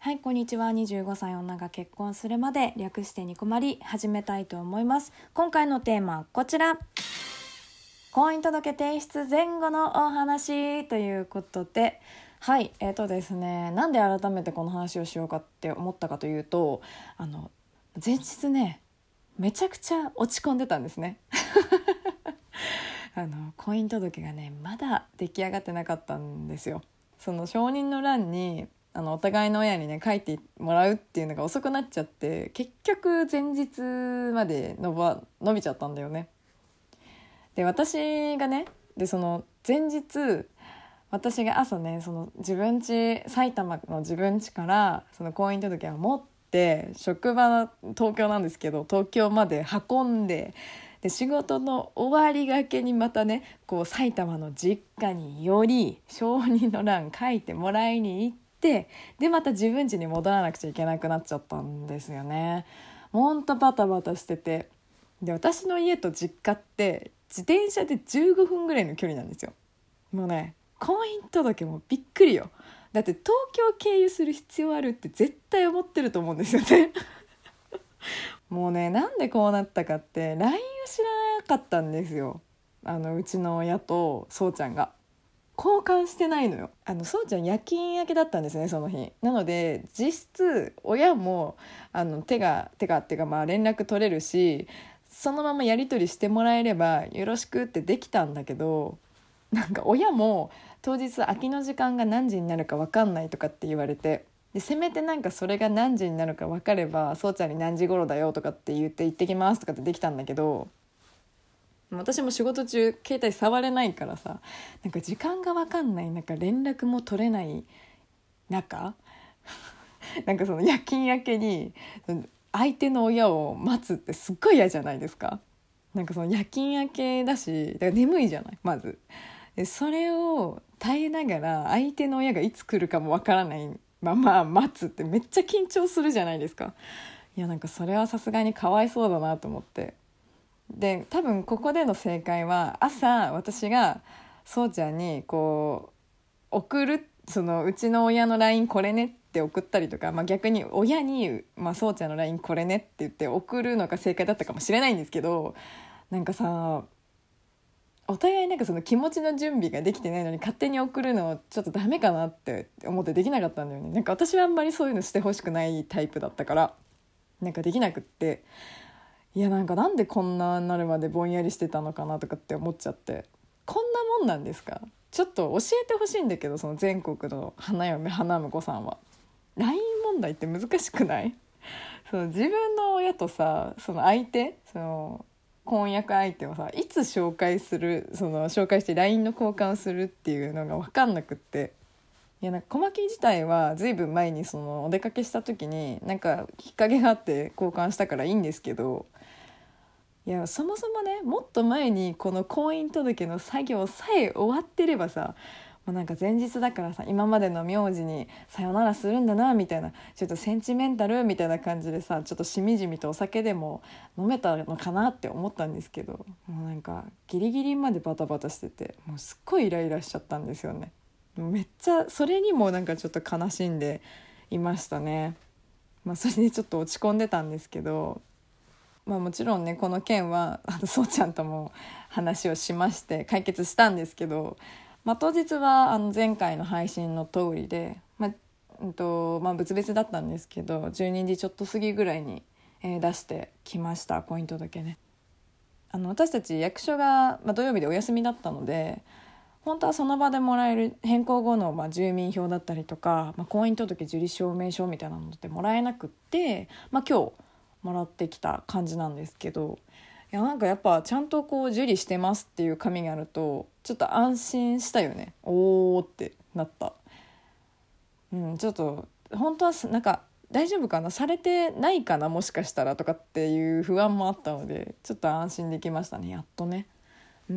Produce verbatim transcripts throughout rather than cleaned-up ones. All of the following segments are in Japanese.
はい、こんにちは。にじゅうごさい女が結婚するまで、略してニコマリ、始めたいと思います。今回のテーマはこちら、婚姻届提出前後のお話ということで、はいえーとですねなんで改めてこの話をしようかって思ったかというと、あの前日ねめちゃくちゃ落ち込んでたんですねあの婚姻届がねまだ出来上がってなかったんですよ。その承認の欄にあのお互いの親にね書いてもらうっていうのが遅くなっちゃって、結局前日まで伸ば伸びちゃったんだよね。で私がねでその前日私が朝ねその自分家埼玉の自分家からその婚姻届を持って職場東京なんですけど東京まで運んで、で仕事の終わりがけにまたねこう埼玉の実家に寄り承認の欄書いてもらいに行って、でまた自分家に戻らなくちゃいけなくなっちゃったんですよね。ほんとバタバタしてて、で私の家と実家って自転車でじゅうごふんぐらいの距離なんですよ。もうね婚姻届もびっくりよ。だって東京経由する必要あるって絶対思ってると思うんですよねもうねなんでこうなったかって ライン を知らなかったんですよ。あのうちの親とそうちゃんが交換してないのよ。あのそうちゃん夜勤明けだったんですねその日。なので実質親もあの手が手がっていうかまあ連絡取れるし、そのままやり取りしてもらえればよろしくってできたんだけど、なんか親も当日空きの時間が何時になるか分かんないとかって言われて、でせめてなんかそれが何時になるか分かればそうちゃんに何時頃だよとかって言って行ってきますとかってできたんだけど、私も仕事中携帯触れないからさ、なんか時間が分かんない中連絡も取れない中なんかその夜勤明けに相手の親を待つってすっごい嫌じゃないですか。なんかその夜勤明けだしだから眠いじゃないまず。でそれを耐えながら相手の親がいつ来るかもわからないまま待つってめっちゃ緊張するじゃないですか。いやなんかそれはさすがにかわいそうだなと思って、で多分ここでの正解は朝私がそうちゃんにこう送るそのうちの親の ライン これねって送ったりとか、まあ、逆に親に、まあ、そうちゃんの ライン これねって言って送るのが正解だったかもしれないんですけど、なんかさお互いなんかその気持ちの準備ができてないのに勝手に送るのちょっとダメかなって思ってできなかったんだよね。なんか私はあんまりそういうのしてほしくないタイプだったからなんかできなくって、いやなんかなんでこんなになるまでぼんやりしてたのかなとかって思っちゃって、こんなもんなんですかちょっと教えてほしいんだけど、その全国の花嫁花婿さんは ライン 問題って難しくない？その自分の親とさその相手その婚約相手をさいつ紹介するその紹介して ライン の交換をするっていうのが分かんなくって、いやなんか小牧自体はずいぶん前にそのお出かけした時になんかきっかけがあって交換したからいいんですけど、いやそもそもねもっと前にこの婚姻届の作業さえ終わってればさ、もうなんか前日だからさ今までの名字にさよならするんだなみたいなちょっとセンチメンタルみたいな感じでさちょっとしみじみとお酒でも飲めたのかなって思ったんですけど、もうなんかギリギリまでバタバタしててもうすっごいイライラしちゃったんですよね。めっちゃそれにもなんかちょっと悲しんでいましたね。まあそれでちょっと落ち込んでたんですけど、まあ、もちろんねこの件はあのそうちゃんとも話をしまして解決したんですけど、まあ、当日はあの前回の配信の通りで、まあうんとまあ、別々だったんですけどじゅうにじちょっと過ぎぐらいに、えー出してきました婚姻届ね。あの私たち役所が、まあ、土曜日でお休みだったので本当はその場でもらえる変更後の、まあ、住民票だったりとか、まあ、婚姻届受理証明書みたいなのってもらえなくって、まあ、今日もらってきた感じなんですけど、いやなんかやっぱちゃんとこう受理してますっていう紙があるとちょっと安心したよね。おーってなった。うん、ちょっと本当はなんか大丈夫かなされてないかなもしかしたらとかっていう不安もあったのでちょっと安心できましたねやっとね。うん、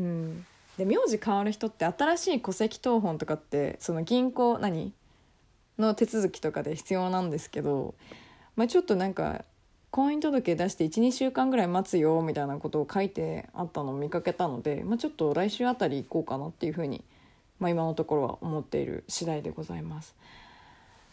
で名字変わる人って新しい戸籍謄本とかってその銀行何の手続きとかで必要なんですけど、まあ、ちょっとなんか婚姻届出して いち,に 週間ぐらい待つよみたいなことを書いてあったのを見かけたので、まあ、ちょっと来週あたり行こうかなっていうふうに、まあ、今のところは思っている次第でございます。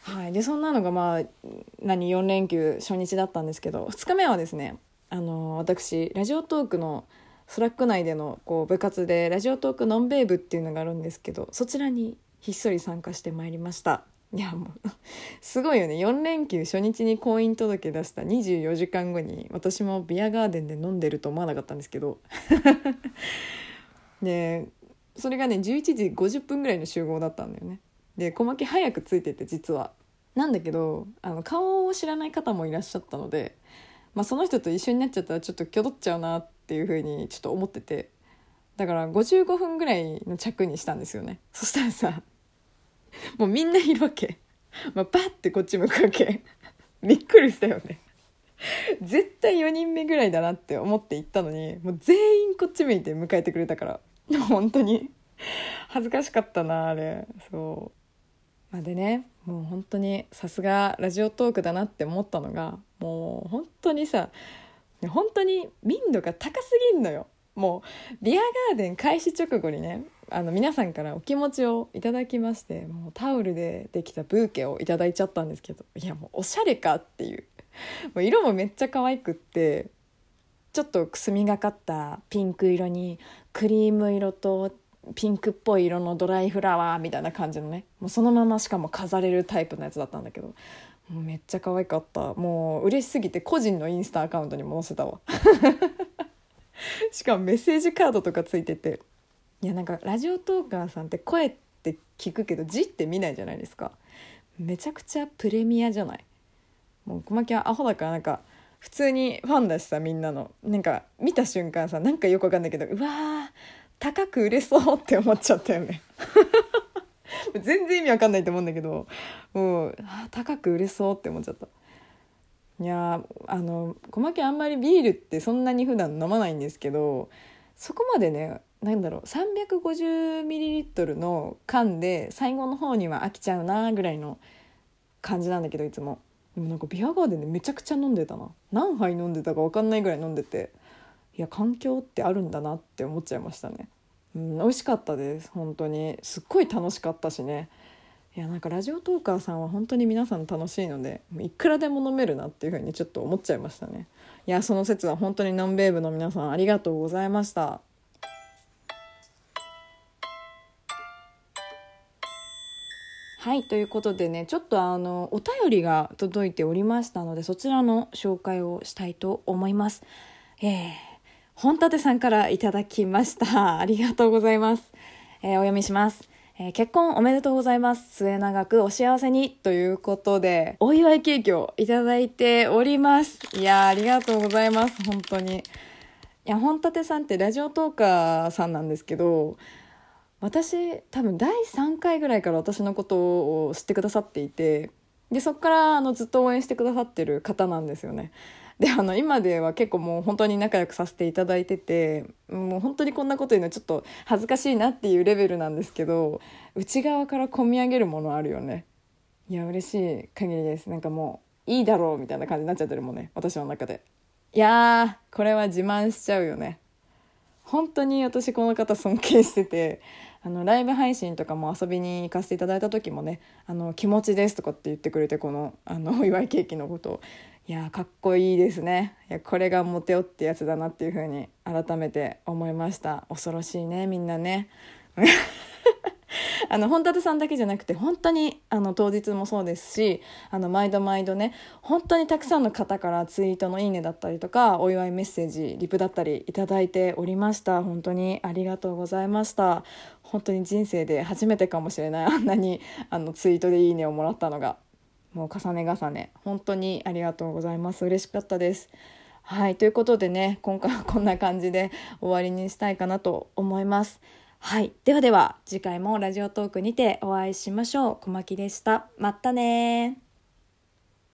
はい、でそんなのがまあ何よん連休初日だったんですけど、ふつかめはですね、あの私ラジオトークのスラック内でのこう部活でラジオトークノンベイ部っていうのがあるんですけど、そちらにひっそり参加してまいりました。いやもうすごいよね。よん連休初日に婚姻届出したにじゅうよじかんごに私もビアガーデンで飲んでると思わなかったんですけどでそれがねじゅういちじごじゅっぷんぐらいの集合だったんだよね。で小牧早く着いてて、実はなんだけどあの顔を知らない方もいらっしゃったので、まあ、その人と一緒になっちゃったらちょっときょどっちゃうなっていう風にちょっと思ってて、だからごじゅうごふんぐらいの着にしたんですよね。そしたらさ、もうみんないるわけ、まあ、バッてこっち向くわけびっくりしたよね。絶対よにんめぐらいだなって思って行ったのに、もう全員こっち向いて迎えてくれたから本当に恥ずかしかったなあれ。そう、まあ、でね、もう本当にさすがラジオトークだなって思ったのが、もう本当にさ、本当に民度が高すぎんのよ。もうビアガーデン開始直後にね、あの皆さんからお気持ちをいただきまして、もうタオルでできたブーケをいただいちゃったんですけど、いやもうおしゃれかっていう、もう色もめっちゃ可愛くって、ちょっとくすみがかったピンク色にクリーム色とピンクっぽい色のドライフラワーみたいな感じのね、もうそのまましかも飾れるタイプのやつだったんだけど、もうめっちゃ可愛かった。もう嬉しすぎて個人のインスタアカウントにも載せたわしかもメッセージカードとかついてて、いやなんかラジオトーカーさんって声って聞くけど字って見ないじゃないですか。めちゃくちゃプレミアじゃない。もう小牧はアホだから、なんか普通にファンだしさ、みんなのなんか見た瞬間さ、なんかよくわかんないけど、うわー高く売れそうって思っちゃったよね全然意味わかんないと思うんだけど、もう高く売れそうって思っちゃった。いやあの小牧あんまりビールってそんなに普段飲まないんですけど、そこまでね、なんだろう さんびゃくごじゅうミリリットル の缶で最後の方には飽きちゃうなぐらいの感じなんだけど、いつもでもなんかビアガーデンでめちゃくちゃ飲んでたな。何杯飲んでたか分かんないぐらい飲んでて、いや環境ってあるんだなって思っちゃいましたね。うん、美味しかったです。本当にすっごい楽しかったしね。いやなんかラジオトーカーさんは本当に皆さん楽しいので、いくらでも飲めるなっていう風にちょっと思っちゃいましたね。いやその説は本当にノンベーブの皆さんありがとうございました。はい、ということでね、ちょっとあのお便りが届いておりましたので、そちらの紹介をしたいと思います。えー、本立さんからいただきました。ありがとうございます。えー、お読みします。えー、結婚おめでとうございます。末永くお幸せにということで、お祝いケーキをいただいております。いやーありがとうございます。本当に。いや本立さんってラジオトーカーさんなんですけど、私多分だいさんかいぐらいから私のことを知ってくださっていて、でそっからあのずっと応援してくださってる方なんですよね。であの今では結構もう本当に仲良くさせていただいてて、もう本当にこんなこと言うのちょっと恥ずかしいなっていうレベルなんですけど、内側から込み上げるものあるよね。いや嬉しい限りです。なんかもういいだろうみたいな感じになっちゃってるもんね、私の中で。いやーこれは自慢しちゃうよね。本当に私この方尊敬してて、あのライブ配信とかも遊びに行かせていただいた時もね、あの気持ちですとかって言ってくれて、このあのお祝いケーキのことを、いやかっこいいですね。いやこれがモテ男ってやつだなっていう風に改めて思いました。恐ろしいねみんなねあの本立さんだけじゃなくて、本当にあの当日もそうですし、あの毎度毎度ね、本当にたくさんの方からツイートのいいねだったりとか、お祝いメッセージリプだったりいただいておりました。本当にありがとうございました。本当に人生で初めてかもしれない、あんなにあのツイートでいいねをもらったのが。もう重ね重ね本当にありがとうございます。嬉しかったです。はい、ということでね、今回はこんな感じで終わりにしたいかなと思います。はい、ではでは次回もラジオトークにてお会いしましょう。小牧でした。またね。